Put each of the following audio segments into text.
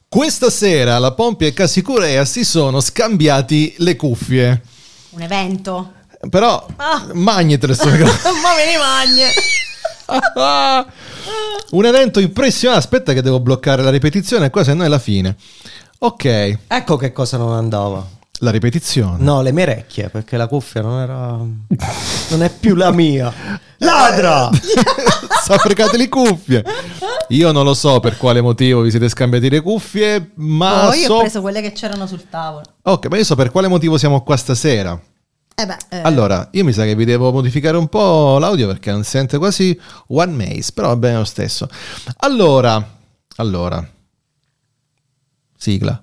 Questa sera la Pompi e Casicurea si sono scambiati le cuffie. Un evento. Però magnetele sto microfono. Ma me ne magne. Un evento impressionante. Aspetta che devo bloccare la ripetizione, qua se no è la fine. Ok. Ecco che cosa non andava. La ripetizione. No, le mie orecchie, perché la cuffia non era... non è più la mia. Ladra! Fregate le cuffie. Io non lo so per quale motivo vi siete scambiati le cuffie, ma io ho preso quelle che c'erano sul tavolo. Ok, ma io so per quale motivo siamo qua stasera. Allora, io mi sa che vi devo modificare un po' l'audio perché non si sente quasi One Maze, però va bene lo stesso. Allora, sigla.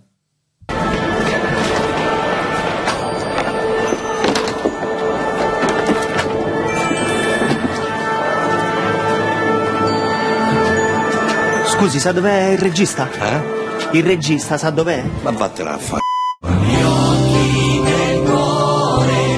Scusi, sa dov'è il regista? Il regista sa dov'è? Ma vattene a fare. Gli occhi del cuore,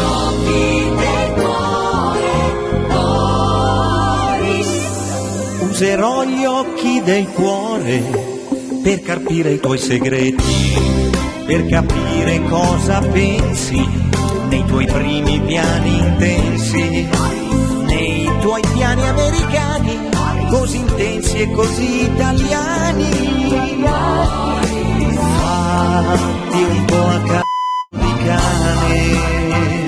Boris. Userò gli occhi del cuore per carpire i tuoi segreti, per capire cosa pensi nei tuoi primi piani intensi, nei tuoi piani americani, così intensi e così italiani. Fatti un po' a di cane.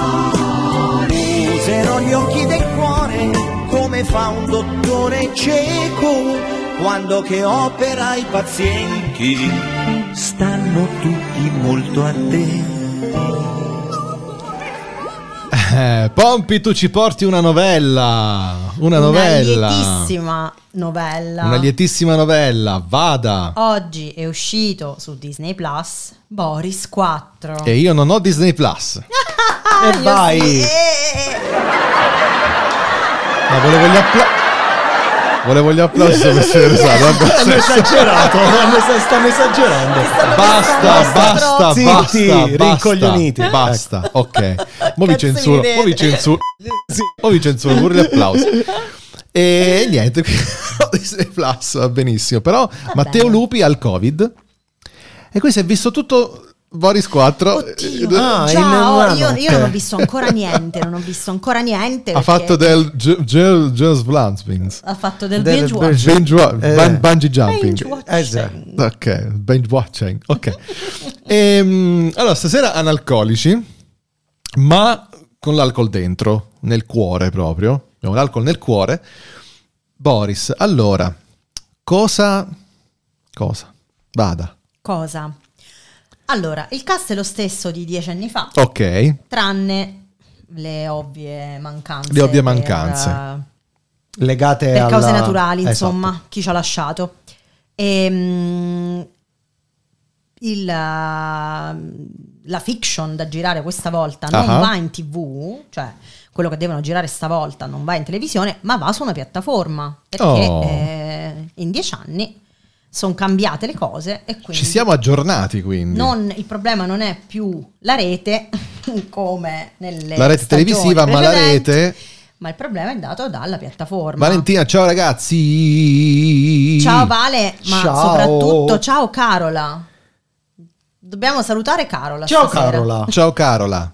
Userò gli occhi del cuore come fa un dottore cieco quando che opera i pazienti. Stanno tutti molto attenti. Pompi, tu ci porti una novella. Una lietissima novella. Una lietissima novella. Vada. Oggi è uscito su Disney Plus Boris 4. E io non ho Disney Plus. E vai. Sì. Ma volevo gli applausi per essere usato. Hanno esagerato. Stanno esagerando. Basta. Zitti, rincoglioniti. Basta. Ok. Mo vi censuro pure gli applausi. E niente, Disney Plus va benissimo. Però Matteo Lupi ha il Covid e qui si è visto tutto Boris 4. Oddio, ciao, io non ho visto ancora niente. Ha fatto del Just Blansbings. Ha fatto del binge watching. Bungee jumping. Esatto. Ok, binge watching. Ok. Allora, stasera analcolici, ma con l'alcol dentro, nel cuore proprio. Abbiamo l'alcol nel cuore. Boris, allora, cosa? Vada. Cosa? Allora, il cast è lo stesso di 10 anni fa. Ok. Tranne le ovvie mancanze. Legate per cause alla... naturali, insomma, esatto. chi ci ha lasciato. La fiction da girare questa volta non va in TV, cioè quello che devono girare stavolta non va in televisione, ma va su una piattaforma, perché in 10 anni sono cambiate le cose e quindi ci siamo aggiornati, quindi il problema non è più la rete come nelle la rete televisiva, ma la rete, ma il problema è dato dalla piattaforma. Valentina, ciao ragazzi. Ciao Vale, ma ciao. soprattutto ciao Carola. Dobbiamo salutare Carola. Ciao stasera. Carola. Ciao Carola.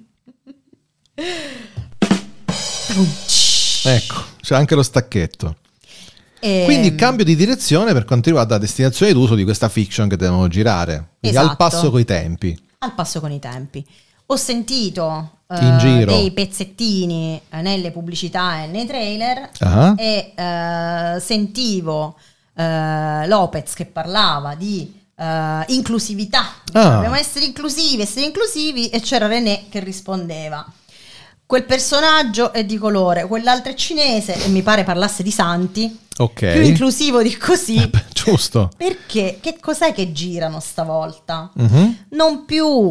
Ecco, c'è anche lo stacchetto. Quindi cambio di direzione per quanto riguarda la destinazione d'uso di questa fiction che devono girare. Quindi esatto. Al passo coi tempi. Ho sentito in giro dei pezzettini nelle pubblicità e nei trailer e sentivo Lopez che parlava di inclusività. Dobbiamo essere inclusivi, e c'era René che rispondeva: quel personaggio è di colore, quell'altro è cinese, e mi pare parlasse di Santi. Ok. Più inclusivo di così. Giusto. Perché che cos'è che girano stavolta? Uh-huh. Non più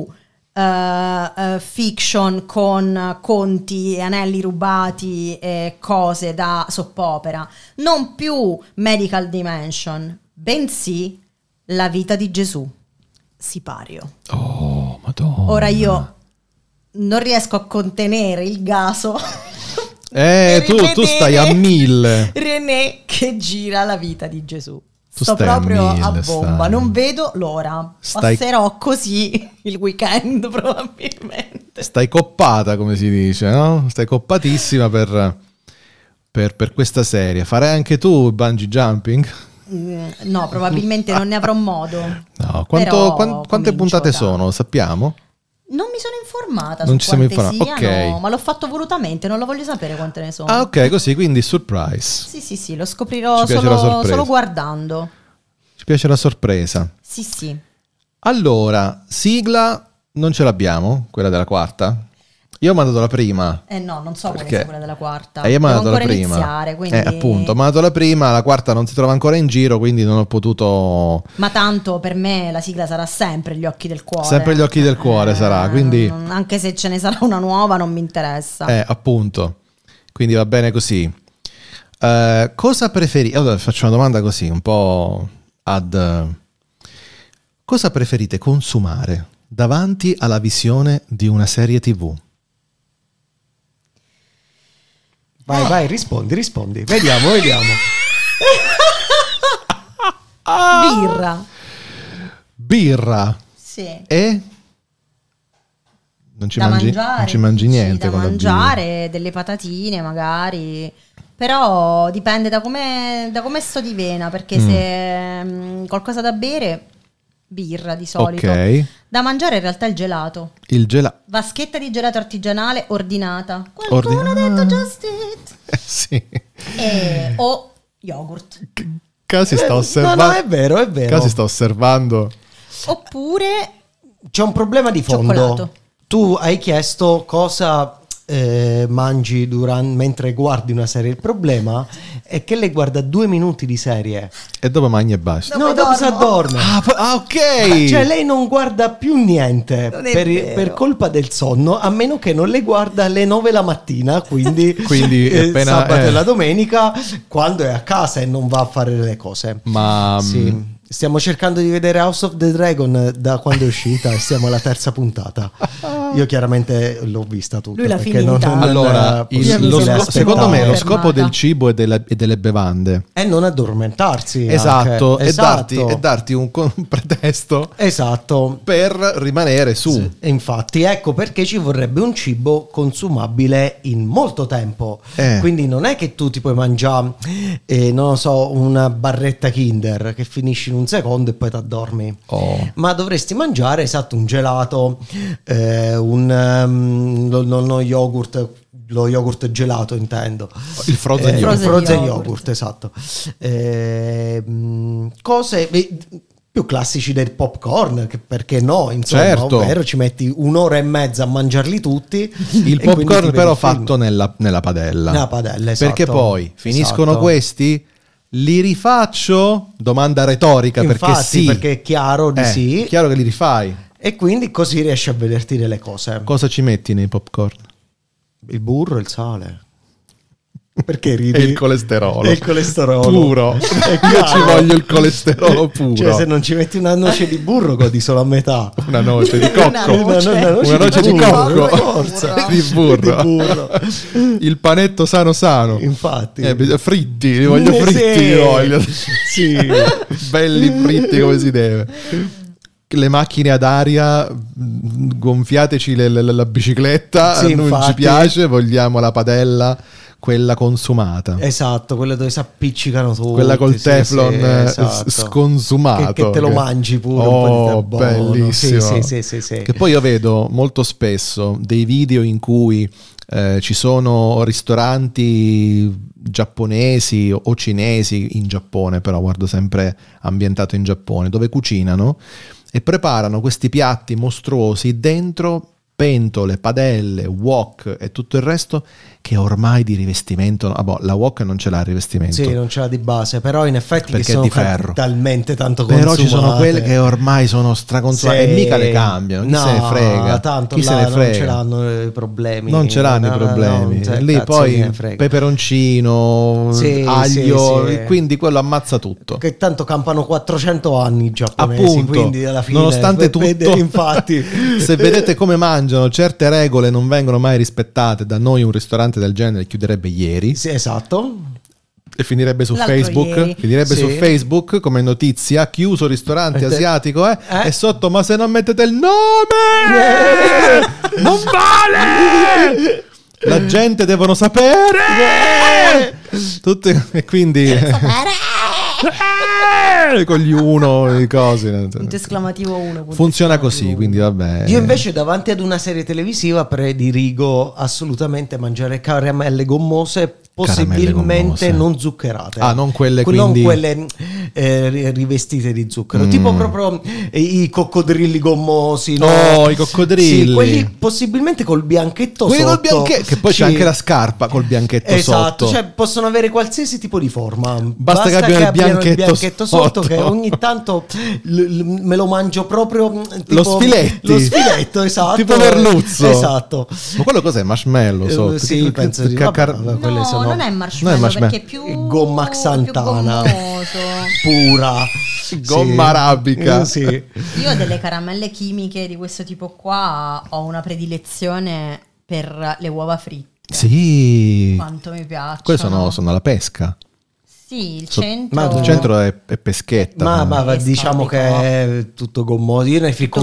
fiction con conti e anelli rubati e cose da soppopera, non più medical dimension, bensì la vita di Gesù, sipario. Oh, Madonna. Ora io non riesco a contenere il gaso. Tu stai a 1000. René che gira la vita di Gesù, Sto proprio a bomba, non vedo l'ora. Passerò così il weekend probabilmente. Stai coppata, come si dice, no? Stai coppatissima per questa serie. Farai anche tu bungee jumping? No, probabilmente non ne avrò modo. No, quante puntate sono? Sappiamo? Non mi sono informata non su ci quante siamo siano, ok. ma l'ho fatto volutamente, non lo voglio sapere quante ne sono. Ah, ok, così, quindi surprise. Sì, lo scoprirò solo guardando. Ci piace la sorpresa. Sì. Allora, sigla non ce l'abbiamo, quella della quarta? Io ho mandato la prima. No, non so quale sia quella della quarta. Io ho mandato la ancora prima. Iniziare, quindi... appunto, ho mandato la prima, la quarta non si trova ancora in giro, quindi non ho potuto... Ma tanto per me la sigla sarà sempre Gli occhi del cuore. Sempre Gli occhi del cuore sarà, quindi... Anche se ce ne sarà una nuova non mi interessa. Appunto. Quindi va bene così. Cosa preferite? Allora, faccio una domanda così, un po' cosa preferite consumare davanti alla visione di una serie TV? Vai, rispondi. Vediamo. Birra. Sì. E? Non ci mangi niente da con mangiare, delle patatine magari. Però dipende da come sto di vena, perché se qualcosa da bere, birra di solito. Ok. Da mangiare in realtà il gelato. Vaschetta di gelato artigianale ordinata. Qualcuno ha detto just it. Sì. O yogurt. Casi sta osservando. No, è vero. Casi sta osservando. Oppure c'è un problema di fondo. Cioccolato. Tu hai chiesto cosa mangi mentre guardi una serie. Il problema è che lei guarda 2 minuti di serie e dopo mangia e basta. Dopo si addorme. Ok. Cioè lei non guarda più niente per colpa del sonno, a meno che non le guarda alle 9 la mattina, quindi appena, sabato e la domenica, quando è a casa e non va a fare le cose. Ma sì. Stiamo cercando di vedere House of the Dragon da quando è uscita e siamo alla 3ª puntata. Io chiaramente l'ho vista tutta. Lui l'ha perché finita. Allora, secondo me lo scopo del cibo e delle bevande è non addormentarsi. Esatto. E darti un pretesto. Esatto. Per rimanere su. Sì, infatti, ecco perché ci vorrebbe un cibo consumabile in molto tempo. Quindi non è che tu ti puoi mangiare, non lo so, una barretta Kinder che finisci in un secondo e poi ti addormi. Ma dovresti mangiare un gelato, lo yogurt gelato intendo, il frozen yogurt, esatto. Cose più classici del popcorn, perché no, insomma, certo. Ovvero ci metti 1 ora e mezza a mangiarli tutti. Il popcorn però fatto nella padella. Nella padella, esatto. Perché poi finiscono questi, li rifaccio? Domanda retorica. Infatti, perché sì, perché è chiaro di sì. È chiaro che li rifai. E quindi così riesci a vederti delle cose. Cosa ci metti nei popcorn? Il burro e il sale. Perché ridi? E il colesterolo. E il colesterolo puro. Io ci voglio il colesterolo puro. Cioè, se non ci metti una noce di burro, godi solo a metà. Una noce di cocco. Una noce di cocco. Forza. Di burro. Il panetto sano. Infatti. Fritti, li voglio fritti. Sì. Voglio. Sì. Belli fritti come si deve. Le macchine ad aria, gonfiateci la bicicletta. Sì, non infatti. ci piace, vogliamo la padella, quella consumata. Esatto, quella dove si appiccicano tutti. Quella col teflon esatto. Sconsumato. Che te lo mangi pure un po' di bellissimo. Sì. Che poi io vedo molto spesso dei video in cui ci sono ristoranti giapponesi o cinesi in Giappone, però guardo sempre ambientato in Giappone, dove cucinano e preparano questi piatti mostruosi dentro pentole, padelle, wok e tutto il resto che ormai di rivestimento, la wok non ce l'ha il rivestimento. Sì, non ce l'ha di base, però in effetti perché che sono è di ferro. Talmente tanto consumate. Però ci sono quelle che ormai sono straconsumate e mica le cambiano, chi se ne frega. Tanto chi se ne frega. Non ce l'hanno i problemi. Non ce l'hanno i problemi. Cioè, lì poi peperoncino, aglio, quindi quello ammazza tutto. Che tanto campano 400 anni i giapponesi, appunto, quindi alla fine nonostante tutto, infatti se vedete come mangiano, certe regole non vengono mai rispettate. Da noi un ristorante del genere chiuderebbe ieri. Sì, esatto. e finirebbe su L'altro Facebook, ieri. su Facebook come notizia: chiuso ristorante asiatico, e sotto: ma se non mettete il nome non vale, la gente devono sapere tutte, e quindi con gli uno i cosi, punto esclamativo 1 funziona così, quindi vabbè. Io invece davanti ad una serie televisiva prediligo assolutamente mangiare caramelle gommose, possibilmente non zuccherate. Non quelle, non quindi quelle rivestite di zucchero, tipo proprio i coccodrilli gommosi, no? I coccodrilli, sì, quelli possibilmente col bianchetto sotto, che poi c'è anche la scarpa col bianchetto esatto, sotto, cioè possono avere qualsiasi tipo di forma, basta che abbiano il bianchetto sotto, che ogni tanto me lo mangio proprio tipo lo sfiletto, esatto, tipo merluzzo, esatto. Ma quello cos'è? Marshmallow sotto? Sì, penso di no, sono... non è marshmallow, perché è più gomma xantana pura, gomma arabica. Sì. Io delle caramelle chimiche di questo tipo qua ho una predilezione per le uova fritte. Sì, Quanto mi piacciono. quelle sono alla pesca. Sì, il centro. Ma il centro è peschetta. Ma diciamo che è tutto gommoso. Io ne ficco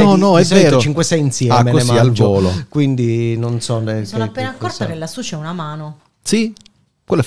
5-6 insieme. Così ne al volo. Quindi non so. Mi sono appena accorta che lassù c'è una mano. Sì, quello è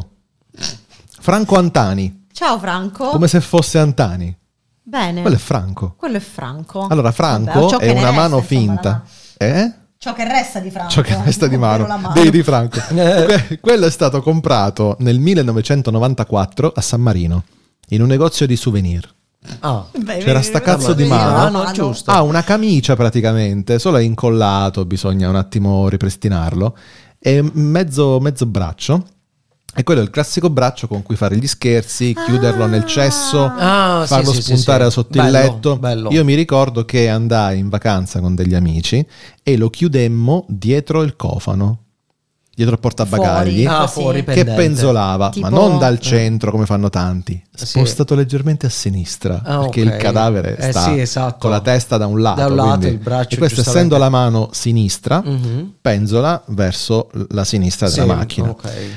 Franco Antani. Ciao Franco. Come se fosse Antani. Bene. Quello è Franco. Allora Franco è una mano finta. Ciò che resta di Franco. Ciò che resta di mano. Di Franco. Quello è stato comprato nel 1994 a San Marino, in un negozio di souvenir. C'era sta cazzo di mano. Giusto. Una camicia praticamente, solo è incollato, bisogna un attimo ripristinarlo. E mezzo braccio. E quello è il classico braccio con cui fare gli scherzi, chiuderlo nel cesso, farlo spuntare sotto il letto. Bello. Io mi ricordo che andai in vacanza con degli amici e lo chiudemmo dietro il cofano, dietro il portabagagli, fuori che penzolava, tipo... ma non dal centro come fanno tanti, spostato leggermente a sinistra, perché il cadavere sta esatto, con la testa da un lato, quindi, il braccio, e questo essendo la mano sinistra, penzola verso la sinistra della macchina.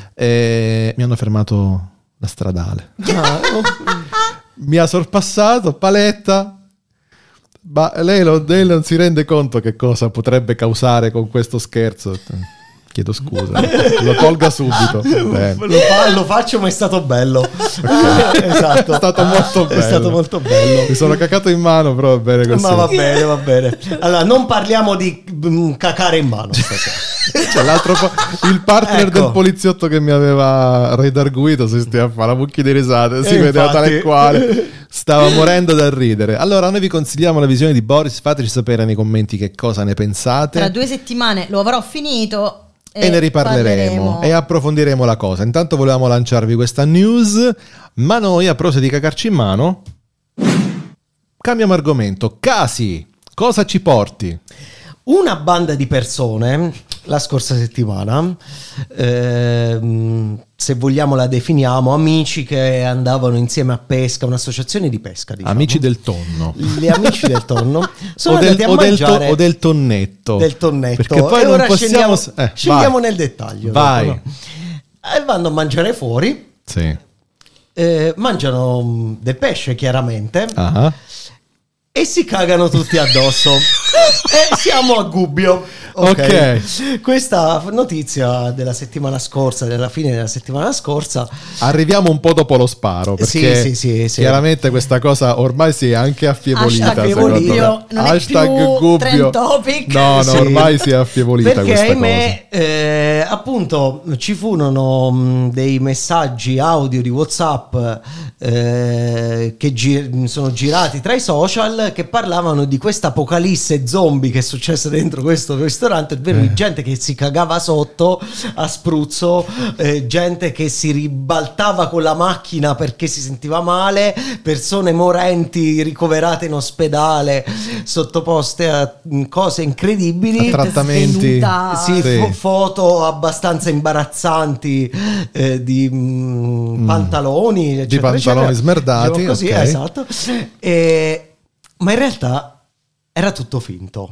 Mi hanno fermato la stradale, mi ha sorpassato, paletta. Ma lei non si rende conto che cosa potrebbe causare con questo scherzo? Chiedo scusa, lo tolga subito. Lo faccio, ma è stato bello. Esatto. È stato molto bello. È stato molto bello. Mi sono cacato in mano, però va bene così. Ma va bene. Allora, non parliamo di cacare in mano stasera. Cioè, il partner del poliziotto che mi aveva redarguito si stia a fare la mucchia di risate, si vedeva tale e quale, stava morendo dal ridere. Allora noi vi consigliamo la visione di Boris, fateci sapere nei commenti che cosa ne pensate. Tra 2 settimane lo avrò finito e ne riparleremo e approfondiremo la cosa. Intanto volevamo lanciarvi questa news, ma noi, a proposito di cacarci in mano, cambiamo argomento. Casi, cosa ci porti? Una banda di persone la scorsa settimana, se vogliamo la definiamo, amici che andavano insieme a pesca, un'associazione di pesca, diciamo. Amici del tonno. Gli amici del tonno sono andati a mangiare o del tonnetto. Del tonnetto. Perché poi e non ora possiamo... scendiamo nel dettaglio. Vai. Dopo, no? E vanno a mangiare fuori. Sì. Mangiano del pesce, chiaramente. Uh-huh. E si cagano tutti addosso. E siamo a Gubbio. Ok. Questa notizia della settimana scorsa, della fine della settimana scorsa. Arriviamo un po' dopo lo sparo, perché sì. chiaramente questa cosa ormai si è anche affievolita. Hashtag Gubbio. No, ormai si è affievolita perché, questa cosa. Appunto ci furono dei messaggi audio di WhatsApp che sono girati tra i social, che parlavano di questa apocalisse zombie che è successa dentro questo ristorante, ovvero di gente che si cagava sotto a spruzzo, gente che si ribaltava con la macchina perché si sentiva male, persone morenti ricoverate in ospedale, sottoposte a cose incredibili, a trattamenti, foto abbastanza imbarazzanti di pantaloni, eccetera, di pantaloni smerdati, diciamo così, esatto. Ma in realtà era tutto finto.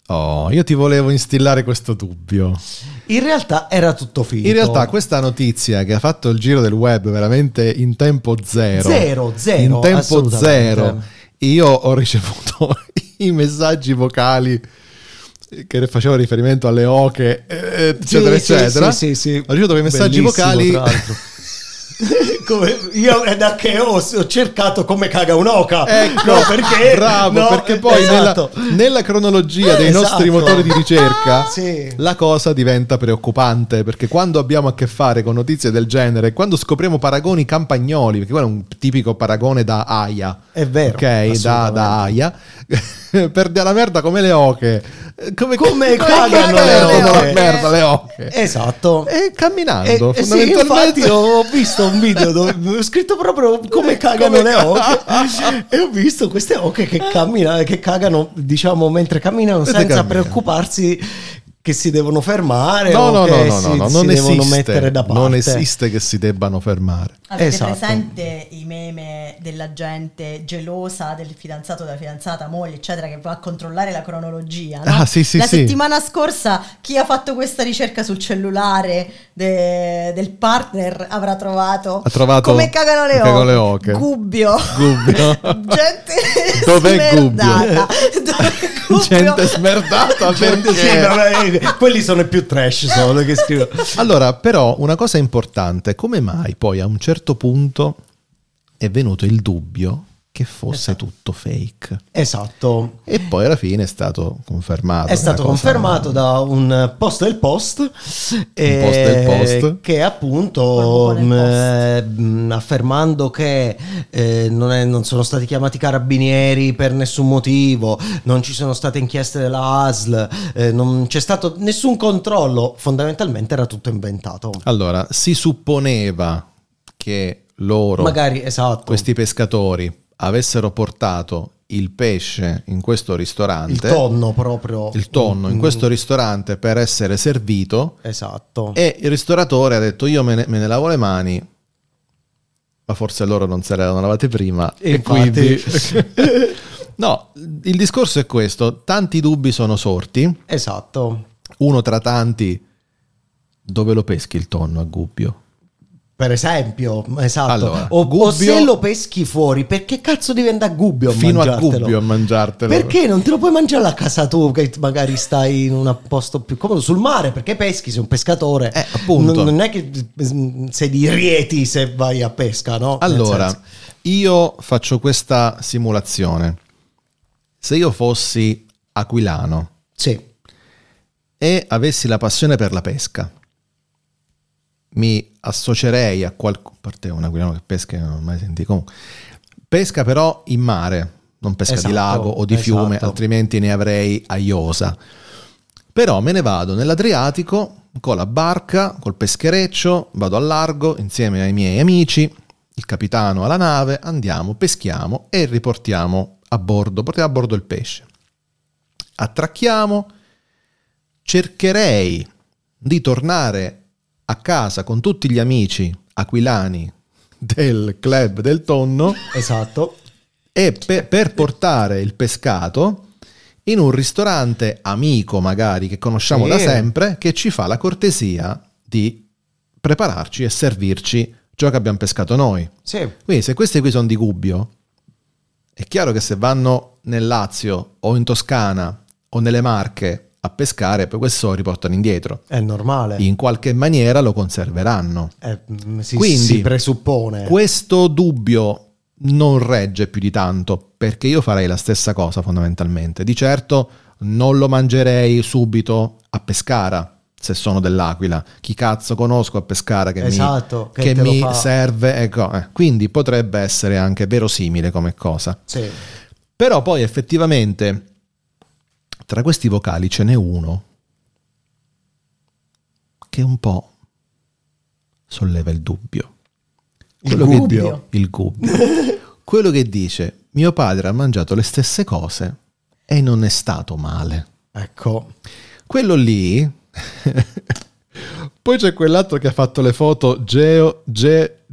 Oh, io ti volevo instillare questo dubbio. In realtà era tutto finto. In realtà questa notizia che ha fatto il giro del web veramente in tempo zero. In tempo zero. Io ho ricevuto i messaggi vocali che facevano riferimento alle oche, eccetera, eccetera. Sì. Ho ricevuto quei messaggi vocali. Tra l'altro. Come io è da che ho cercato come caga un'oca, ecco, no, perché bravo, perché poi nella cronologia dei nostri motori di ricerca la cosa diventa preoccupante, perché quando abbiamo a che fare con notizie del genere, quando scopriamo paragoni campagnoli, perché quello è un tipico paragone da aia, è vero, ok, da aia, perde la merda come le oche, come cagano la merda le oche, esatto, e camminando fondamentalmente. Sì, infatti ho visto un video dove ho scritto proprio come cagano le oche e ho visto queste oche che camminano, che cagano, diciamo, mentre camminano, senza preoccuparsi che si devono fermare no, si devono mettere da parte. Non esiste che si debbano fermare. Avete presente i meme della gente gelosa del fidanzato, della fidanzata, moglie, eccetera, che va a controllare la cronologia, no? La settimana scorsa chi ha fatto questa ricerca sul cellulare del partner avrà trovato come cagano le oche. Gubbio. Gente Dov'è smerdata. Gente smerdata, perché? Quelli sono i più trash, sono che scrivo. Allora, però, una cosa importante: come mai poi a un certo punto è venuto il dubbio che fosse tutto fake? Esatto. E poi alla fine è stato confermato. È stato confermato da un post del Post, che appunto affermando che non sono stati chiamati carabinieri per nessun motivo, non ci sono state inchieste della ASL, non c'è stato nessun controllo, fondamentalmente era tutto inventato. Allora, si supponeva che loro, magari, questi pescatori, avessero portato il pesce in questo ristorante, il tonno in questo ristorante per essere servito, esatto, e il ristoratore ha detto io me ne lavo le mani, ma forse loro non se le erano lavate prima, e quindi no, il discorso è questo: tanti dubbi sono sorti, esatto, uno tra tanti: dove lo peschi il tonno a Gubbio? Per esempio, esatto. Allora, o se lo peschi fuori, perché cazzo diventa Gubbio fino a Gubbio a mangiartelo? Perché non te lo puoi mangiare a casa tu, che magari stai in un posto più comodo sul mare, perché peschi, sei un pescatore, appunto. Non è che sei di Rieti se vai a pesca, no? Allora, io faccio questa simulazione: se io fossi aquilano e avessi la passione per la pesca, mi associerei a qualcuno, a parte un aquilano che pesca non ho mai sentito, comunque pesca però in mare, non pesca di lago o di fiume, altrimenti ne avrei a iosa. Però me ne vado nell'Adriatico con la barca, col peschereccio, vado al largo insieme ai miei amici, il capitano alla nave, andiamo, peschiamo e portiamo a bordo il pesce, attracchiamo, cercherei di tornare a casa con tutti gli amici aquilani del club del tonno, esatto, e per portare il pescato in un ristorante amico magari che conosciamo da sempre, che ci fa la cortesia di prepararci e servirci ciò che abbiamo pescato noi. Quindi se questi qui sono di Gubbio, è chiaro che se vanno nel Lazio o in Toscana o nelle Marche a pescare, poi questo lo riportano indietro. È normale. In qualche maniera lo conserveranno. Quindi si presuppone. Questo dubbio non regge più di tanto, perché io farei la stessa cosa fondamentalmente. Di certo non lo mangerei subito a Pescara, se sono dell'Aquila. Chi cazzo conosco a Pescara che mi serve? Ecco, quindi potrebbe essere anche verosimile come cosa. Però poi effettivamente tra questi vocali ce n'è uno che un po' solleva il dubbio. Il Gubbio. Quello che dice: mio padre ha mangiato le stesse cose e non è stato male. Ecco. Quello lì. Poi c'è quell'altro che ha fatto le foto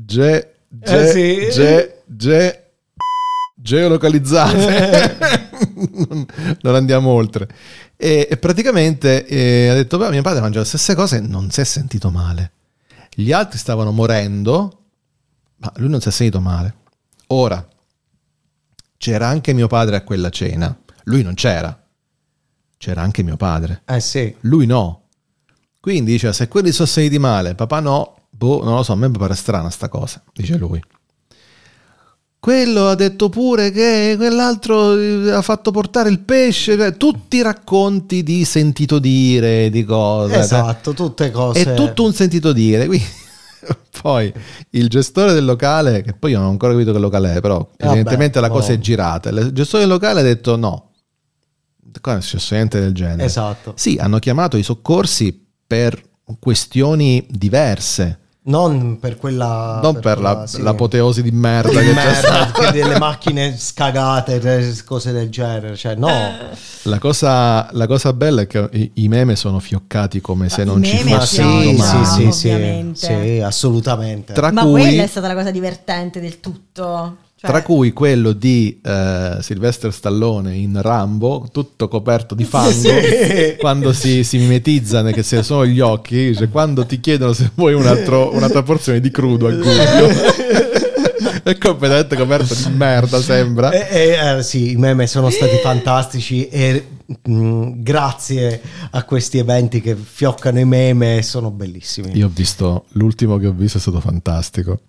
geolocalizzate. non andiamo oltre. E praticamente ha detto, beh, mio padre mangia le stesse cose, non si è sentito male. Gli altri stavano morendo, ma lui non si è sentito male. Ora, c'era anche mio padre a quella cena. Lui non c'era. C'era anche mio padre. Sì. Lui no. Quindi dice, se quelli sono sentiti male, papà no, non lo so, a me mi pare strana sta cosa, dice lui. Quello ha detto pure che quell'altro ha fatto portare il pesce, tutti racconti di sentito dire, di cose. Esatto, tutte cose. È tutto un sentito dire. Quindi, poi il gestore del locale, che poi io non ho ancora capito che locale è, però evidentemente la cosa è girata. Il gestore del locale ha detto no, qua non è successo niente del genere. Esatto. Sì, hanno chiamato i soccorsi per questioni diverse. Non per quella... Non per l'apoteosi di merda che c'è delle macchine scagate, cose del genere, cioè no. La cosa bella è che i meme sono fioccati come se non ci fosse domani. Sì, assolutamente. Ma quella è stata la cosa divertente del tutto. Tra cui quello di Sylvester Stallone in Rambo, tutto coperto di fango, quando si mimetizzano, che se sono gli occhi, cioè quando ti chiedono se vuoi un'altra porzione di crudo al gubbio. È completamente coperto di merda, sembra. Sì, i meme sono stati fantastici e grazie a questi eventi che fioccano i meme sono bellissimi. Io ho visto, l'ultimo che ho visto è stato fantastico.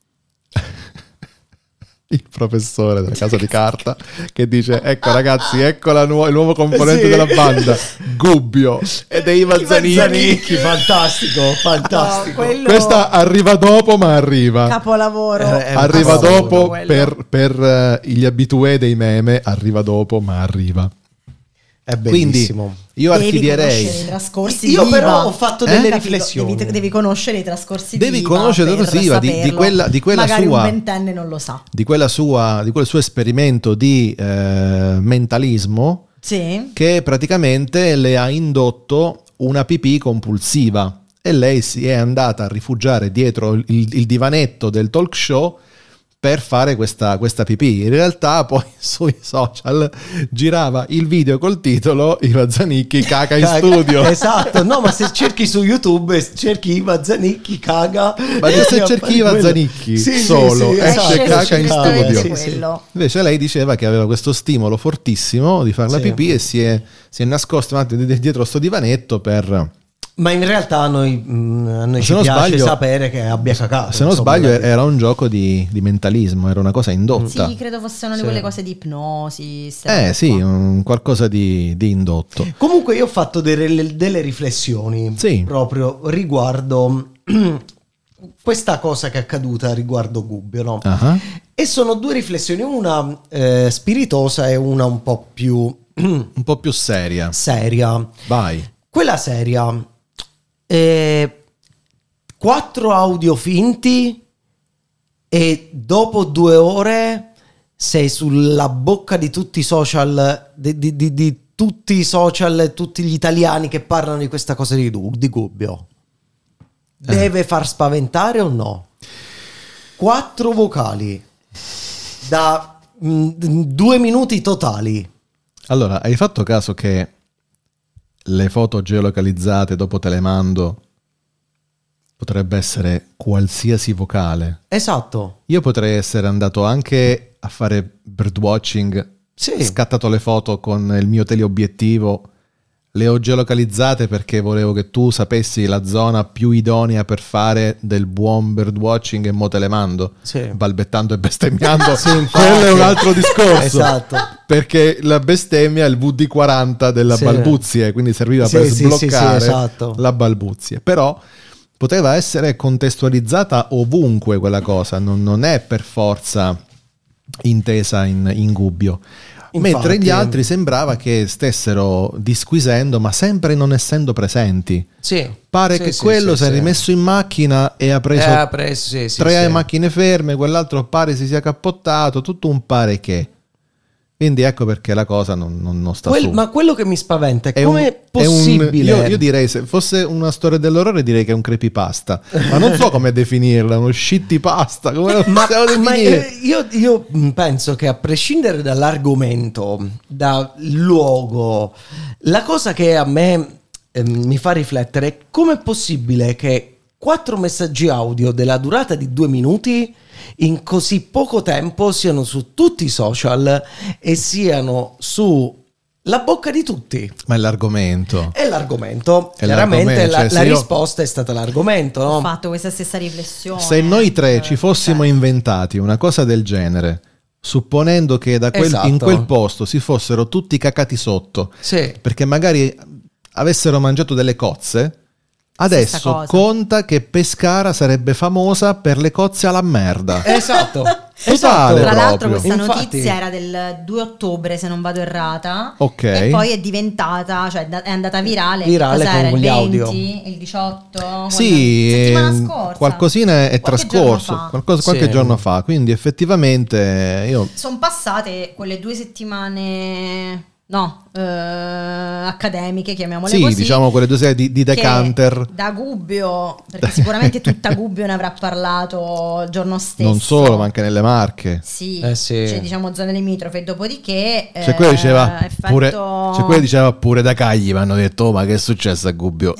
Il professore della casa di carta che dice, ecco ragazzi, ecco il nuovo componente della banda, Gubbio, ed è Ivan Zanicchi. Fantastico. No, questa arriva dopo, ma arriva capolavoro, arriva dopo per gli abitué dei meme, arriva dopo ma arriva. È bellissimo. Quindi io archivierei. Io però ho fatto delle riflessioni. Devi conoscere i trascorsi di Devi conoscere di quella magari sua, un ventenne non lo sa. di quel suo esperimento di mentalismo, che praticamente le ha indotto una pipì compulsiva e lei si è andata a rifugiare dietro il divanetto del talk show per fare questa pipì. In realtà poi sui social girava il video col titolo Ivan Zanicchi caga in studio. Esatto, no, ma se cerchi su YouTube cerchi Ivan Zanicchi caga, ma se cerchi Ivan Zanicchi solo esce caga in studio. Invece lei diceva che aveva questo stimolo fortissimo di fare la pipì e si è nascosto dietro sto divanetto per... Ma in realtà a noi ci piace sapere che abbia cagato. Se non sbaglio era un gioco di mentalismo, era una cosa indotta. Sì, credo fosse una di quelle cose di ipnosi. Qualcosa di indotto. Comunque io ho fatto delle riflessioni proprio riguardo questa cosa che è accaduta riguardo Gubbio, no? Uh-huh. E sono due riflessioni, una spiritosa e una un po' più seria. Vai. Quella seria. 4 audio finti e dopo 2 ore sei sulla bocca di tutti i social di tutti i social, tutti gli italiani che parlano di questa cosa di Gubbio. Deve far spaventare o no? 4 vocali da 2 minuti totali. Allora, hai fatto caso che le foto geolocalizzate dopo telemando potrebbe essere qualsiasi vocale? Esatto. Io potrei essere andato anche a fare birdwatching, scattato le foto con il mio teleobiettivo, le ho geolocalizzate perché volevo che tu sapessi la zona più idonea per fare del buon birdwatching e mo telemando, balbettando e bestemmiando. Quello è un altro discorso. Esatto. Perché la bestemmia è il VD40 della balbuzie, quindi serviva per sbloccare la balbuzie. Però poteva essere contestualizzata ovunque quella cosa, non è per forza intesa in Gubbio. Infatti, mentre gli altri sembrava che stessero disquisendo, ma sempre non essendo presenti. Pare che quello si è rimesso in macchina e ha preso 3 macchine ferme, quell'altro pare si sia cappottato, tutto un pare che. Quindi ecco perché la cosa non sta su. Ma quello che mi spaventa è come è possibile. Io direi, se fosse una storia dell'orrore, direi che è un creepypasta, ma non so come definirla, uno shittypasta, come lo possiamo definire? Io penso che a prescindere dall'argomento, dal luogo, la cosa che a me mi fa riflettere è come è possibile che 4 messaggi audio della durata di 2 minuti in così poco tempo siano su tutti i social e siano su la bocca di tutti. Ma è l'argomento. È l'argomento. Chiaramente la risposta è stata l'argomento, no? Ho fatto questa stessa riflessione. Se noi tre ci fossimo inventati una cosa del genere, supponendo che in quel posto si fossero tutti cacati sotto, sì, perché magari avessero mangiato delle cozze, adesso conta che Pescara sarebbe famosa per le cozze alla merda. Esatto. Totale, tra l'altro proprio. questa Infatti, notizia era del 2 ottobre se non vado errata, ok, e poi è diventata, cioè è andata virale con il gli 20, audio. il 18, sì, settimana scorsa, qualcosina è trascorso, qualche giorno fa, quindi effettivamente io sono passate quelle 2 settimane accademiche, chiamiamole così. Sì, diciamo quelle 2 serie di decanter. Da Gubbio, perché sicuramente tutta Gubbio ne avrà parlato il giorno stesso. Non solo, ma anche nelle Marche. Sì, sì. Cioè, diciamo zone limitrofe, e dopodiché c'è quello diceva pure da Cagli, mi hanno detto ma che è successo a Gubbio?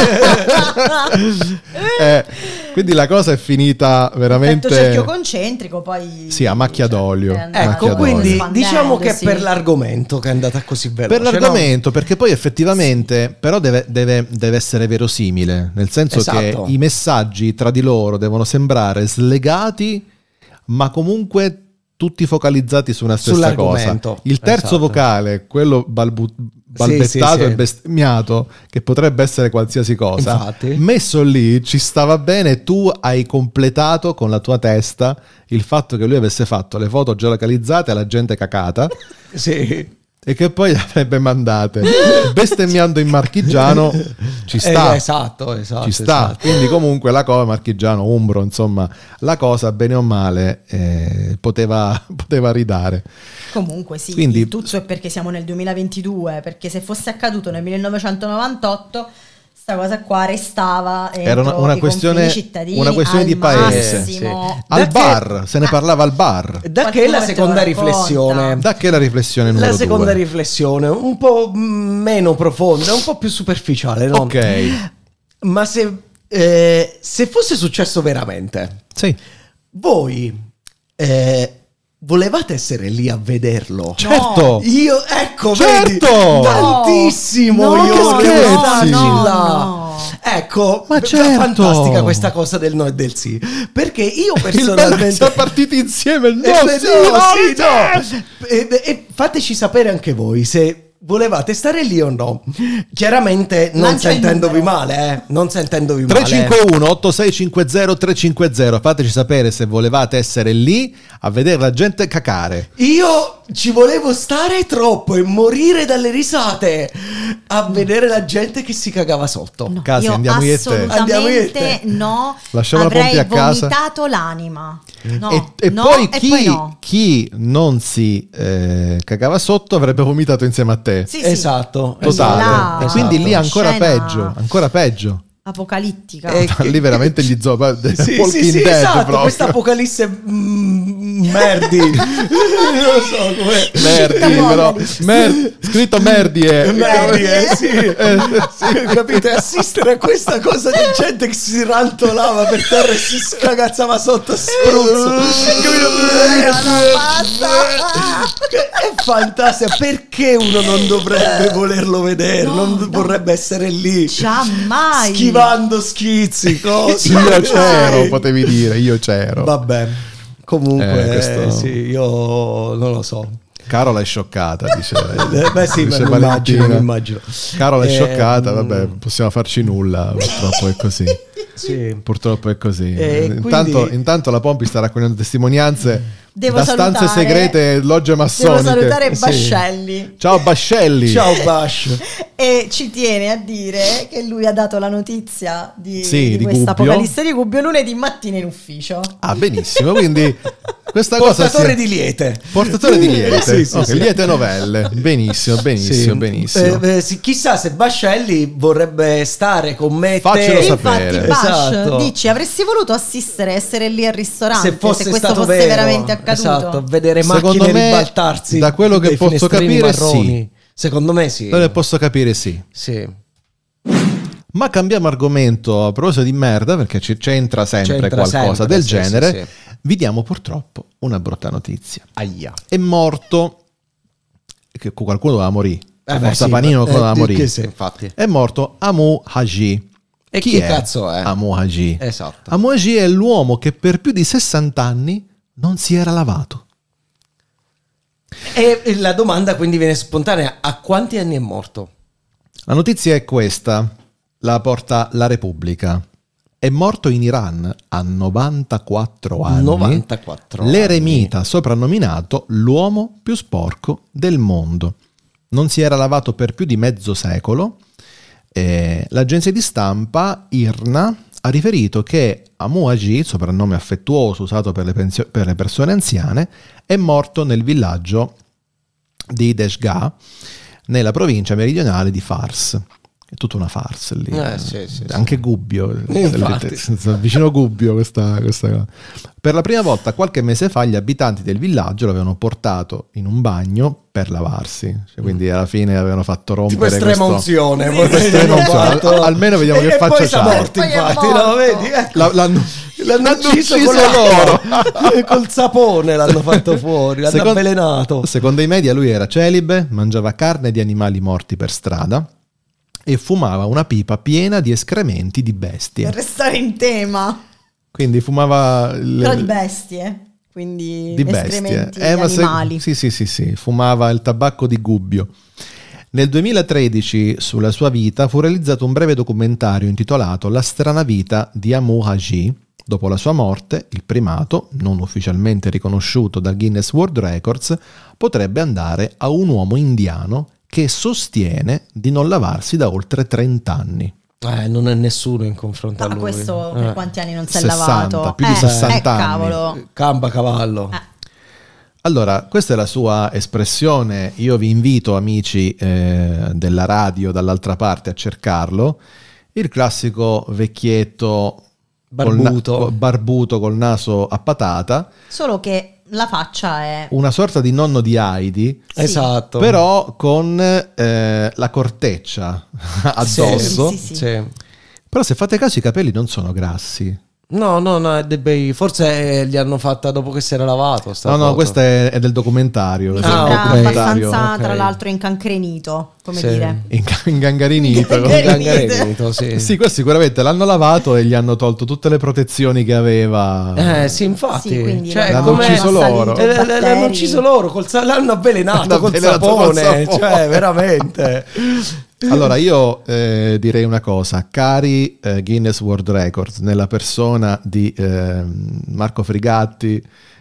Quindi la cosa è finita veramente cerchio concentrico, poi sì, a macchia d'olio. Ecco, quindi diciamo che è per l'argomento che è andata così veloce. Per l'argomento, perché poi effettivamente però deve essere verosimile, nel senso che i messaggi tra di loro devono sembrare slegati, ma comunque tutti focalizzati su una stessa cosa. Il terzo vocale, quello balbettato e bestemmiato, che potrebbe essere qualsiasi cosa, infatti, messo lì ci stava bene. Tu hai completato con la tua testa il fatto che lui avesse fatto le foto geolocalizzate alla gente cacata sì, e che poi le avrebbe mandate bestemmiando in marchigiano. Ci sta, esatto, ci sta. Quindi comunque la cosa, marchigiano, umbro, insomma, la cosa bene o male poteva ridare. Comunque sì, quindi, il tutto è perché siamo nel 2022, perché se fosse accaduto nel 1998 sta cosa qua restava era una questione di paese, sì. Al bar se ne parlava al bar. Da che la seconda riflessione, numero la seconda 2. riflessione un po' meno profonda, un po' più superficiale, no? Ok, ma se fosse successo veramente, sì, voi volevate essere lì a vederlo? Certo. Io, ecco, certo, vedi, tantissimo. Io volevo starci là. Ecco, ma certo, fantastica questa cosa del no e del sì, perché io personalmente siamo partiti insieme. No. E fateci sapere anche voi se volevate stare lì o no. Chiaramente non sentendovi male, non sentendovi male. 351 8650 350, fateci sapere se volevate essere lì a vedere la gente cacare. Io ci volevo stare troppo e morire dalle risate a vedere la gente che si cagava sotto. No, Casi, andiamo io e te. Assolutamente no. Lasciamo la Pompi a casa. Avrei vomitato l'anima. No, e no, poi e chi, poi no. chi non si cagava sotto avrebbe vomitato insieme a te. Sì, esatto, totale. Esatto. Quindi lì ancora Scena peggio. Apocalittica. Lì veramente gli Walking sì, Dead, esatto, proprio. questa apocalisse merdi. Non so come merdi, però scritto merdi sì. Capite? Assistere a questa cosa di gente che si rantolava per terra e si scagazzava sotto spruzzo. È fantasia. Perché uno non dovrebbe volerlo vedere? Non vorrebbe essere lì mai schivando schizzi, cose. Io c'ero, potevi dire, io c'ero. Vabbè, comunque questo... sì, io non lo so. Carola è scioccata, dice. Beh sì, dice mi immagino. Carola è scioccata, vabbè, possiamo farci nulla, purtroppo è così. Sì. Purtroppo è così. Quindi... Intanto la Pompi sta raccogliendo testimonianze da stanze segrete, logge massoniche. Devo salutare Bascelli. Ciao Bascelli. Ciao Bash. E ci tiene a dire che lui ha dato la notizia di questa Gubbio. apocalisse di Gubbio lunedì mattina in ufficio. Ah, benissimo, quindi questa portatore di liete. Portatore di liete. Sì. Liete novelle. Benissimo. Chissà se Bascelli vorrebbe stare con me. Faccelo sapere. Infatti, Bash, esatto. dici, avresti voluto assistere, essere lì al ristorante se questo fosse vero, veramente accaduto. Esatto, vedere secondo macchine me, ribaltarsi. Da quello che posso capire, marroni. sì. Secondo me sì. Quello che posso capire, sì. Ma cambiamo argomento a proposito di merda, perché c'entra sempre qualcosa del genere. Sì. Vi diamo purtroppo una brutta notizia. Aia. È morto, che qualcuno doveva morire. Forza Panino doveva morire. Sì, infatti. È morto Amu Haji. E chi cazzo è? Amu Haji. Esatto. Amu Haji è l'uomo che per più di 60 anni non si era lavato. E la domanda quindi viene spontanea: a quanti anni è morto? La notizia è questa, la porta La Repubblica. È morto in Iran a 94 anni. 94 l'eremita soprannominato l'uomo più sporco del mondo. Non si era lavato per più di mezzo secolo. L'agenzia di stampa IRNA ha riferito che Amu Haji, soprannome affettuoso usato per le persone anziane, è morto nel villaggio di Deshgah, nella provincia meridionale di Fars. È tutta una farsa lì. Sì. Anche Gubbio, vicino Gubbio questa cosa. Per la prima volta qualche mese fa gli abitanti del villaggio l'avevano portato in un bagno per lavarsi, quindi alla fine avevano fatto rompere tipo estrema unzione. Almeno vediamo che faccia c'ha. Morto, infatti, no, vedi? Ecco. L'hanno ucciso con loro. Col sapone l'hanno fatto fuori, l'hanno avvelenato. Secondo i media lui era celibe, mangiava carne di animali morti per strada e fumava una pipa piena di escrementi di bestie. Per restare in tema. Quindi fumava... Però di bestie, quindi di escrementi di animali. Sì, fumava il tabacco di Gubbio. Nel 2013 sulla sua vita fu realizzato un breve documentario intitolato La strana vita di Amu Haji. Dopo la sua morte, il primato, non ufficialmente riconosciuto dal Guinness World Records, potrebbe andare a un uomo indiano che sostiene di non lavarsi da oltre 30 anni. Non è nessuno in confronto a lui. Questo per quanti anni non si è 60, lavato? Più di 60 anni. Cavolo. Camba cavallo. Allora, questa è la sua espressione. Io vi invito, amici della radio dall'altra parte, a cercarlo. Il classico vecchietto barbuto col naso a patata. Solo che la faccia è una sorta di nonno di Heidi, esatto, però con la corteccia addosso. Sì. Però se fate caso i capelli non sono grassi. No, forse li hanno fatta dopo che si era lavato. No, questo è del documentario. Abbastanza, tra l'altro, incancrenito, come dire. Ingangarinito, sì. Sì, questo sicuramente l'hanno lavato e gli hanno tolto tutte le protezioni che aveva. Sì, infatti. Sì, l'hanno ucciso loro. L'hanno ucciso loro, l'hanno avvelenato col sapone. Cioè, veramente. Allora io direi una cosa, cari Guinness World Records, nella persona di Marco Frigatti,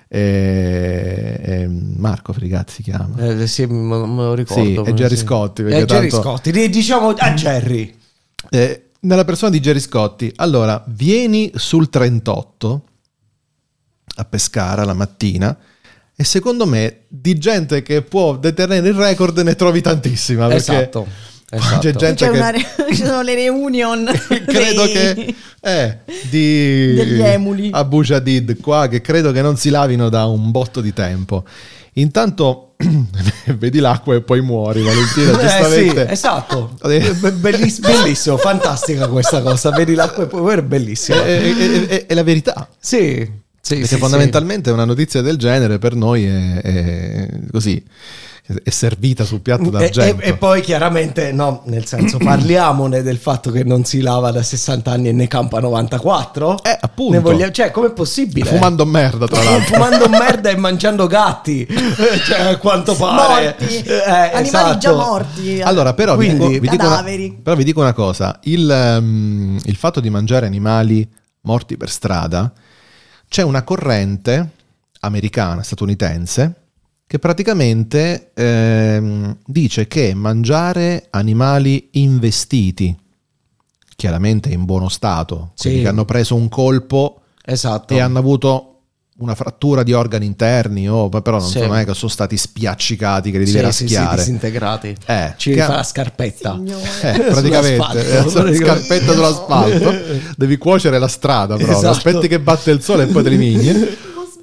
Marco Frigatti si chiama? Sì, me lo ricordo. Sì, è Gerry Scotti. Gerry Scotti, diciamo a Gerry. Nella persona di Gerry Scotti, allora vieni sul 38 a Pescara la mattina e secondo me di gente che può detenere il record ne trovi tantissima. Perché esatto. C'è gente ci sono le reunion credo che degli emuli a Bujadid qua, che credo che non si lavino da un botto di tempo. Intanto vedi l'acqua e poi muori, Valentina, giustamente. Sì, esatto. Bellissimo, fantastica questa cosa, vedi l'acqua e poi muori, è bellissima. È la verità. Sì, perché fondamentalmente una notizia del genere per noi è così, è servita sul piatto d'argento. E poi chiaramente no, nel senso, parliamone del fatto che non si lava da 60 anni e ne campa 94. Appunto. Cioè, com'è possibile? Fumando merda, tra l'altro. Fumando merda e mangiando gatti. Cioè, a quanto pare. Morti. Animali già morti. Allora, però vi cadaveri. dico una cosa. Il fatto di mangiare animali morti per strada, c'è una corrente americana, statunitense, che praticamente dice che mangiare animali investiti, chiaramente in buono stato, quindi che hanno preso un colpo e hanno avuto una frattura di organi interni, però non è che sono stati spiaccicati che li devi raschiare, disintegrati. Ci che fa la scarpetta, praticamente scarpetta sull'asfalto. Devi cuocere la strada, però aspetti che batte il sole e poi te li migni.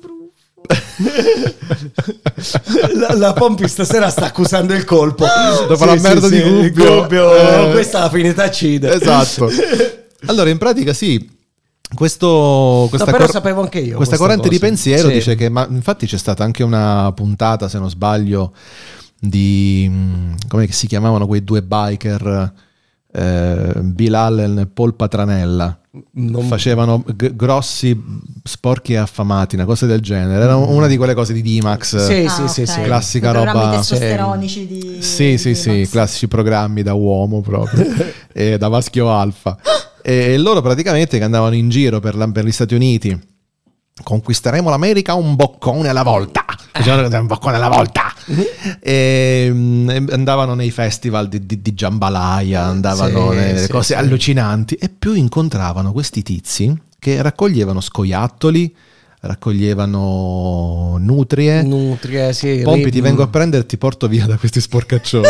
La Pompi stasera sta accusando il colpo dopo la merda di Gubbio. Questa è la finità cide. Esatto. Allora, in pratica sapevo anche io questa corrente di pensiero dice che, ma infatti c'è stata anche una puntata, se non sbaglio, di come si chiamavano quei due biker, Bill Allen e Paul Patranella, facevano grossi, sporchi e affamati, una cosa del genere. Era una di quelle cose di D-Max, classica roba, testosteronici di sì, classici programmi da uomo proprio e da maschio alfa. E loro praticamente che andavano in giro per gli Stati Uniti, conquisteremo l'America un boccone alla volta, un boccone alla volta, e andavano nei festival di jambalaya, andavano nelle cose allucinanti, e più incontravano questi tizi che raccoglievano scoiattoli, raccoglievano nutrie. Pompi, ti vengo a prendere, ti porto via da questi sporcaccioni.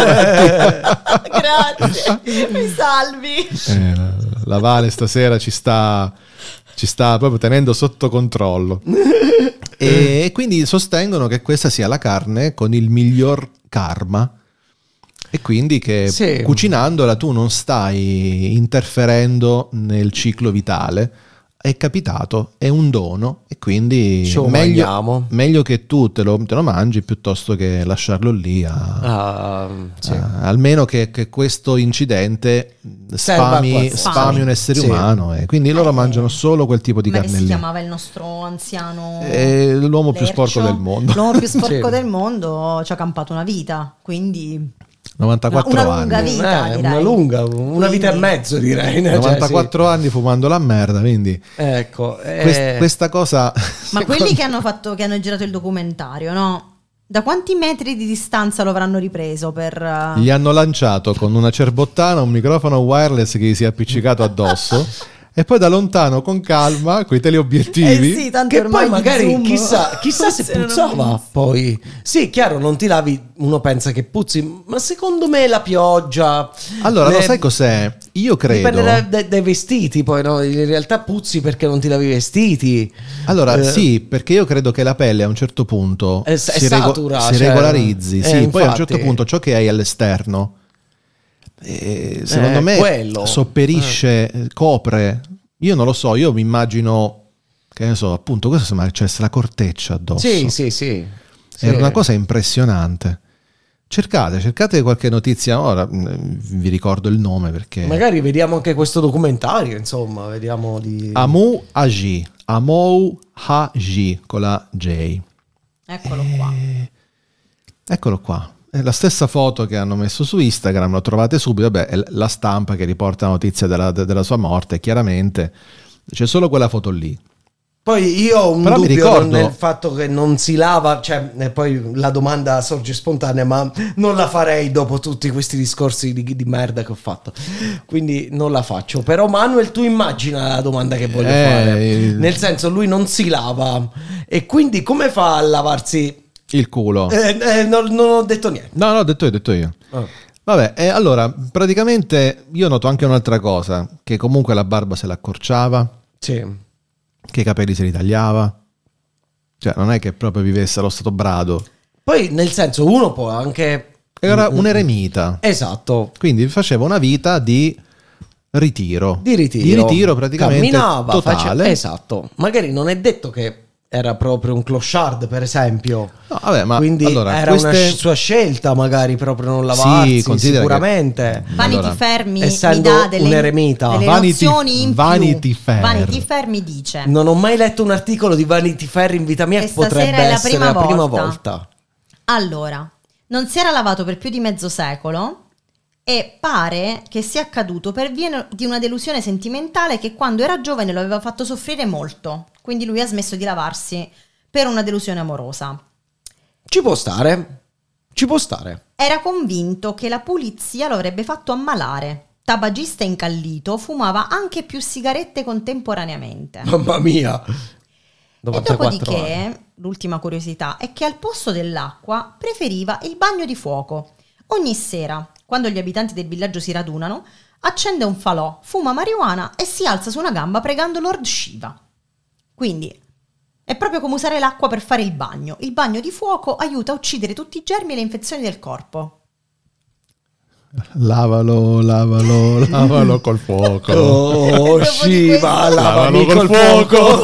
Grazie, mi salvi. La Vale stasera ci sta proprio tenendo sotto controllo. E quindi sostengono che questa sia la carne con il miglior karma, e quindi che cucinandola tu non stai interferendo nel ciclo vitale. È capitato, è un dono, e quindi meglio che tu te lo mangi piuttosto che lasciarlo lì almeno che questo incidente sfami un essere umano, e quindi loro mangiano solo quel tipo di carne lì. Si chiamava il nostro anziano l'uomo più sporco del mondo. L'uomo più sporco del mondo ci ha campato una vita, quindi 94 una anni. lunga vita, una vita e mezzo, direi. 94 anni fumando la merda, quindi ecco, questa cosa. Ma quelli che hanno girato il documentario, no? Da quanti metri di distanza lo avranno ripreso Gli hanno lanciato con una cerbottana un microfono wireless che gli si è appiccicato addosso. E poi da lontano, con calma, coi teleobiettivi, tanto che poi magari chissà se puzzava. Poi sì, chiaro, non ti lavi, uno pensa che puzzi, ma secondo me la pioggia. Allora, lo sai cos'è? Io credo dipende dai vestiti, poi no, in realtà puzzi perché non ti lavi i vestiti. Allora sì, perché io credo che la pelle a un certo punto si regolarizzi, infatti. Poi a un certo punto ciò che hai all'esterno, secondo me sopperisce, copre. Io non lo so, io mi immagino, che ne so, appunto, questo sembra che c'è la corteccia addosso. Sì. È una cosa impressionante. Cercate qualche notizia, ora vi ricordo il nome perché magari vediamo anche questo documentario, insomma, vediamo di Amou Haji con la J. Eccolo qua. È la stessa foto che hanno messo su Instagram, lo trovate subito. Vabbè, è la stampa che riporta la notizia della sua morte, chiaramente c'è solo quella foto lì. Poi io ho un dubbio nel fatto che non si lava, cioè poi la domanda sorge spontanea, ma non la farei dopo tutti questi discorsi di merda che ho fatto, quindi non la faccio. Però Manuel, tu immagina la domanda che voglio fare, nel senso, lui non si lava e quindi come fa a lavarsi il culo? Non ho detto niente. No, ho detto io. Oh. Vabbè, allora praticamente io noto anche un'altra cosa, che comunque la barba se l'accorciava, che i capelli se li tagliava, cioè non è che proprio vivesse allo stato brado. Poi nel senso, uno può anche, era un eremita, esatto, quindi faceva una vita di ritiro praticamente, camminava, totale. Esatto, magari non è detto che era proprio un clochard, per esempio. No, vabbè, ma quindi allora, era una sua scelta, magari proprio non lavarsi, sicuramente. Vanity Fair mi essendo dà delle, un eremita. delle nozioni in Vanity più. Fair. Vanity Fair mi dice: non ho mai letto un articolo di Vanity Fair in vita mia, e potrebbe essere la prima volta. Allora, non si era lavato per più di mezzo secolo e pare che sia accaduto per via di una delusione sentimentale che quando era giovane lo aveva fatto soffrire molto. Quindi lui ha smesso di lavarsi per una delusione amorosa. Ci può stare. Era convinto che la pulizia lo avrebbe fatto ammalare. Tabagista incallito, fumava anche più sigarette contemporaneamente. Mamma mia. E 94 dopodiché, anni. l'ultima curiosità è che al posto dell'acqua preferiva il bagno di fuoco. Ogni sera, quando gli abitanti del villaggio si radunano, accende un falò, fuma marijuana e si alza su una gamba pregando Lord Shiva. Quindi è proprio come usare l'acqua per fare il bagno. Il bagno di fuoco aiuta a uccidere tutti i germi e le infezioni del corpo. Lavalo col fuoco. Oh, Shiva, lavami col fuoco.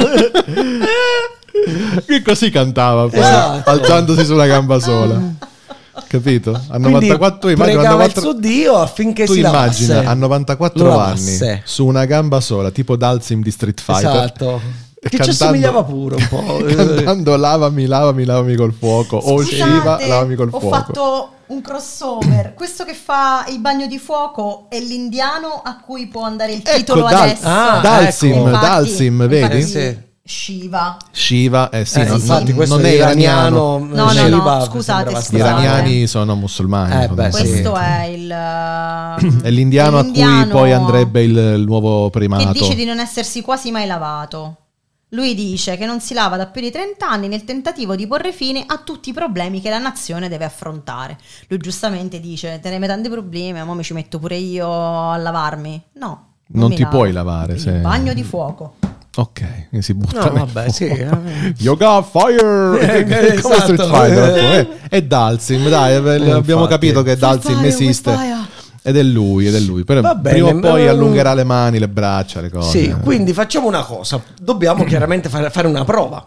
Che così cantava poi, Esatto. alzandosi su una gamba sola. Capito? A Quindi 94 pregava il suo Dio affinché tu si lavasse. immagina a 94 Lo anni lavasse. su una gamba sola, tipo Dalsim di Street Fighter. Esatto. Che ci cantando- assomigliava pure un po'. Cantando lavami col fuoco. O Shiva, lavami col ho fuoco. fatto un crossover. Questo che fa il bagno di fuoco è l'indiano a cui può andare il titolo adesso. Dalsim, ecco. Dalsim, vedi? Sì. Shiva. Shiva, sì, infatti questo non è iraniano. No, Shiva, scusate, sembrava Gli scusate. iraniani sono musulmani. beh, sì. Questo è il È l'indiano a cui poi andrebbe il nuovo primato. che dice di non essersi quasi mai lavato. Lui dice che non si lava da più di 30 anni nel tentativo di porre fine a tutti i problemi che la nazione deve affrontare. Lui giustamente dice: te ne metti tanti problemi, ma mi ci metto pure io a lavarmi. No, Non mi ti lavo. puoi lavare, Il se- bagno di fuoco. Ok, si butta No, nel vabbè, sì. fuoco. Yoga fire come Esatto. Street Fighter. È Dalsim, dai, abbiamo Infatti. capito che Dalsim Fire, esiste. fire. Ed è lui. Però Va bene, prima o poi ma- allungherà le mani, le braccia, le cose. Sì, quindi facciamo una cosa. Dobbiamo chiaramente fare una prova.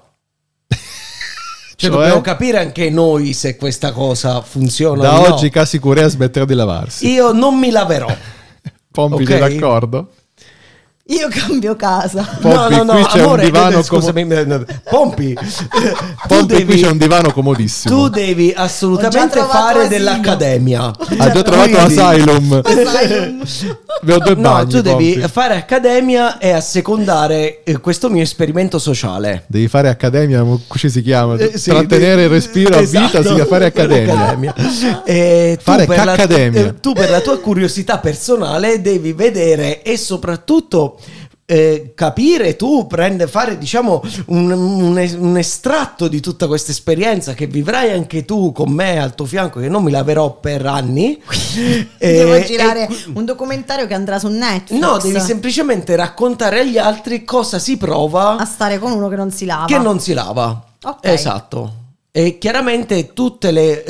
Cioè, dobbiamo capire anche noi se questa cosa funziona Da o no. oggi Casi Curea smetterà di lavarsi. Io non mi laverò. Pompi, Ok. sei d'accordo? Io cambio casa. Pompi, qui c'è un divano scusami, Pompi, Pompi, qui c'è un divano comodissimo. tu devi Ho già assolutamente trovato fare asilo. dell'accademia. Ha già trovato Quindi- Asylum. Avevo due No, bagni, tu devi Pompi. fare accademia e assecondare questo mio esperimento sociale. Devi fare accademia, così si chiama. Sì, Trattenere il respiro a esatto. vita, si chiama fare accademia. E tu Fare per la- caccademia. tu per la tua curiosità personale devi vedere e soprattutto capire, fare diciamo un estratto di tutta questa esperienza che vivrai anche tu con me al tuo fianco, che non mi laverò per anni. Devo girare un documentario che andrà su Netflix. No, devi semplicemente raccontare agli altri cosa si prova a stare con uno che non si lava. che non si lava. Ok. Esatto. E chiaramente tutte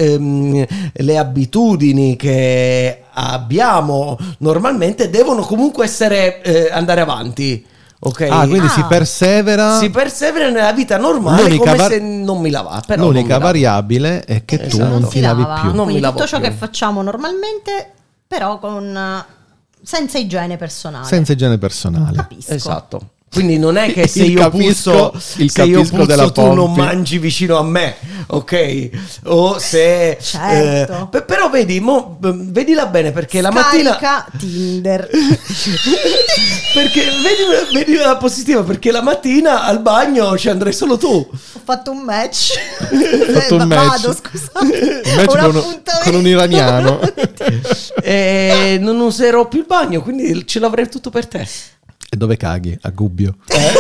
le abitudini che abbiamo normalmente devono comunque andare avanti. Ok? Quindi si persevera. Si persevera nella vita normale L'unica come se non mi lavassi. Però L'unica non mi lavo. variabile è che tu Esatto. non ti lavi più. Non Quindi mi lavo tutto ciò più. che facciamo normalmente, però senza igiene personale. Senza igiene personale. Capisco. Esatto. Quindi non è che se Il io capisco- puzzo, il se io capisco puzzo della tu non Pompi. mangi vicino a me, ok? O se Certo. però vedila bene perché la mattina Scarica Tinder. perché vedila positiva perché la mattina al bagno ci andrai solo tu. Ho fatto un match. fatto un match. Vado, scusate. Un match Ho un con appuntamento. con un iraniano. E non userò più il bagno, quindi ce l'avrei tutto per te. E dove caghi? A Gubbio.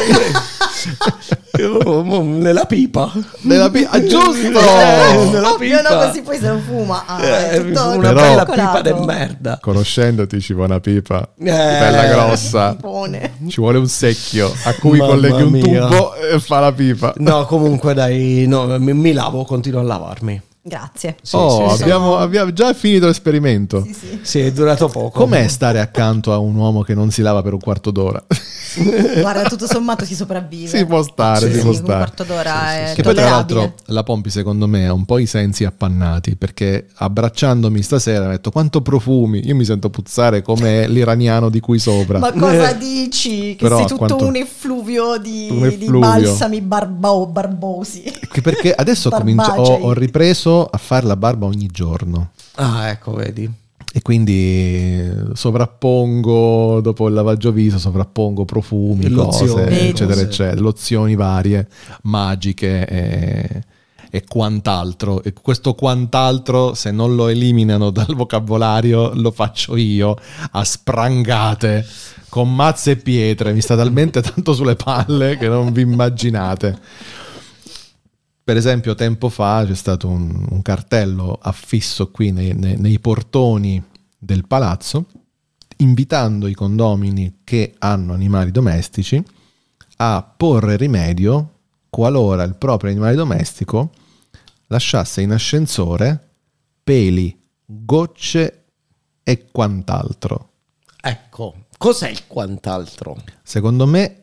Nella pipa. Giusto! Nella Ovvio, pipa. no, così poi se lo fuma. È tutto Una Però- bella calcolato. pipa del merda. Conoscendoti ci vuole una pipa bella grossa. Pipone. Ci vuole un secchio a cui Mamma colleghi un mia. tubo e fa la pipa. No, comunque dai, no, mi lavo, continuo a lavarmi. Grazie. Abbiamo già finito l'esperimento. Sì, sì. Sì, è durato poco. Com'è stare accanto a un uomo che non si lava per un quarto d'ora? Guarda, tutto sommato si sopravvive. Si può stare, Sì, si può un stare. quarto d'ora è Che poi tra tollerabile. l'altro la Pompi secondo me ha un po' i sensi appannati, perché abbracciandomi stasera mi ha detto quanto profumi, io mi sento puzzare come l'iraniano di qui sopra. Ma cosa dici? Che Però sei tutto quanto- un effluvio di Un effluvio. balsami barbosi. Perché adesso Barbacei. ho ripreso a fare la barba ogni giorno. Ah, ecco, vedi. E quindi sovrappongo, dopo il lavaggio viso, sovrappongo profumi, Lozioni. cose, Vedi. eccetera, eccetera, lozioni varie, magiche. e quant'altro, e questo quant'altro, se non lo eliminano dal vocabolario, lo faccio io a sprangate con mazze e pietre. Mi sta talmente tanto sulle palle che non vi immaginate. Per esempio, tempo fa c'è stato un cartello affisso qui nei portoni del palazzo, invitando i condomini che hanno animali domestici a porre rimedio qualora il proprio animale domestico lasciasse in ascensore peli, gocce e quant'altro. Ecco, cos'è il quant'altro? Secondo me,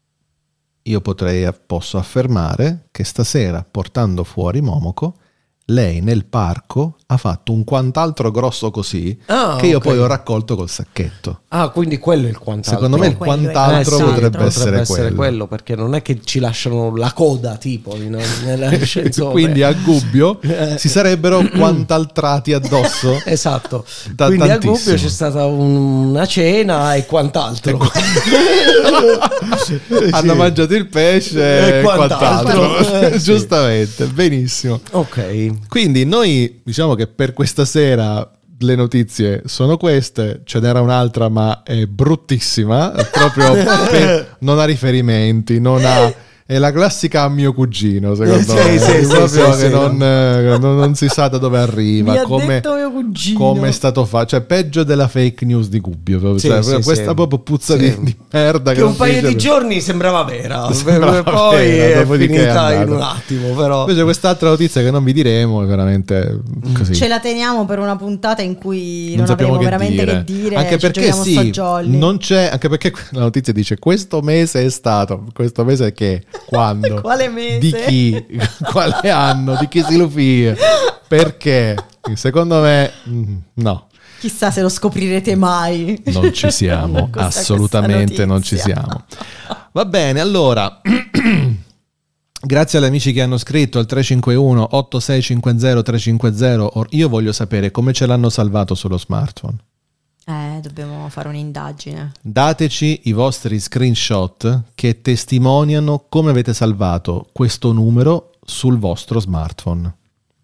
posso affermare che stasera, portando fuori Momoko, lei nel parco ha fatto un quant'altro grosso così, che io poi ho raccolto col sacchetto. Ah, quindi quello è il quant'altro. Secondo me il quant'altro potrebbe essere quello, perché non è che ci lasciano la coda tipo nell'ascensore. Quindi a Gubbio si sarebbero quant'altrati addosso. Esatto. Quindi a Gubbio c'è stata una cena e quant'altro. Hanno mangiato il pesce e quant'altro. Giustamente, benissimo. Ok. Quindi noi diciamo che per questa sera le notizie sono queste. Ce n'era un'altra ma è bruttissima, proprio non ha riferimenti, è la classica a mio cugino, secondo me. Che non si sa da dove arriva, come è stato fatto, cioè peggio della fake news di Gubbio, questa proprio puzza di merda che un paio di giorni sembrava vera, poi è finita in un attimo. Però invece quest'altra notizia che non vi diremo è veramente così. Ce la teniamo per una puntata in cui non avremo veramente che dire, anche perché non c'è, anche perché la notizia dice questo mese che quando? Quale mese? Di chi? Quale anno? Di chi si lufia? Perché? Secondo me no. Chissà se lo scoprirete mai. Non ci siamo, assolutamente non ci siamo. Va bene, allora grazie agli amici che hanno scritto al 351 8650 350. Io voglio sapere come ce l'hanno salvato sullo smartphone. Dobbiamo fare un'indagine. Dateci i vostri screenshot che testimoniano come avete salvato questo numero sul vostro smartphone.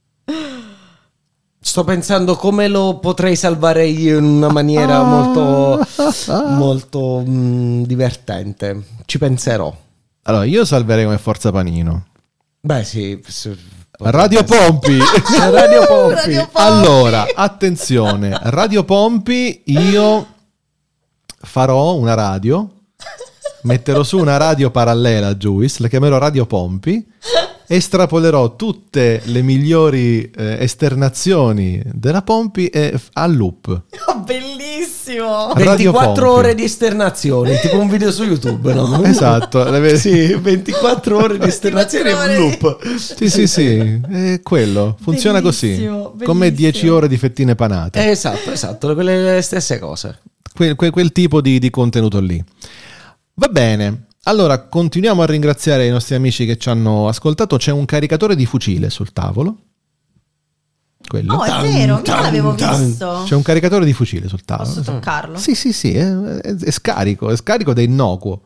Sto pensando come lo potrei salvare io in una maniera molto divertente. Ci penserò. Allora, io salverei come Forza Panino. Beh, sì. Radio Pompi. Radio Pompi. Allora, attenzione, Radio Pompi, io farò una radio, metterò su una radio parallela a Juice, la chiamerò Radio Pompi, estrapolerò tutte le migliori esternazioni della Pompi a loop. Oh, bellissimo! 24 ore di esternazioni, tipo un video su YouTube, no? Esatto. Sì, 24 ore di esternazioni in loop. Sì, è quello, funziona bellissimo, così, come 10 ore di fettine panate. Esatto, quelle stesse cose. Quel tipo di contenuto lì. Va bene. Allora, continuiamo a ringraziare i nostri amici che ci hanno ascoltato. C'è un caricatore di fucile sul tavolo. Quello. Oh, è vero, non l'avevo visto. C'è un caricatore di fucile sul tavolo. Posso toccarlo? Sì, è scarico da innocuo.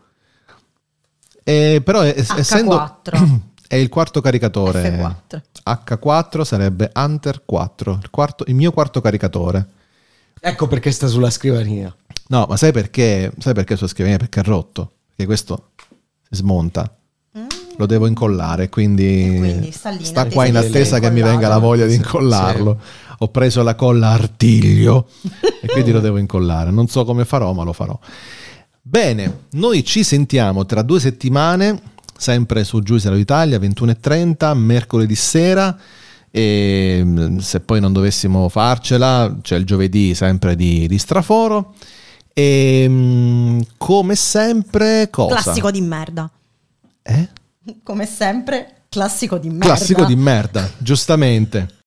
Però essendo è il quarto caricatore. F4. H4 sarebbe Hunter 4, il mio quarto caricatore. Ecco perché sta sulla scrivania. No, ma sai perché? Sai perché sulla scrivania? Perché è rotto. Perché questo si smonta. Lo devo incollare, quindi sta qua in attesa che mi venga la voglia di incollarlo. Sì. Ho preso la colla artiglio e quindi lo devo incollare. Non so come farò, ma lo farò. Bene, noi ci sentiamo tra 2 settimane, sempre su Juice Radio Italia, 21:30, mercoledì sera. E se poi non dovessimo farcela, c'è il giovedì sempre di straforo. E come sempre, cosa? Classico di merda. Come sempre, classico di merda. Classico di merda, giustamente.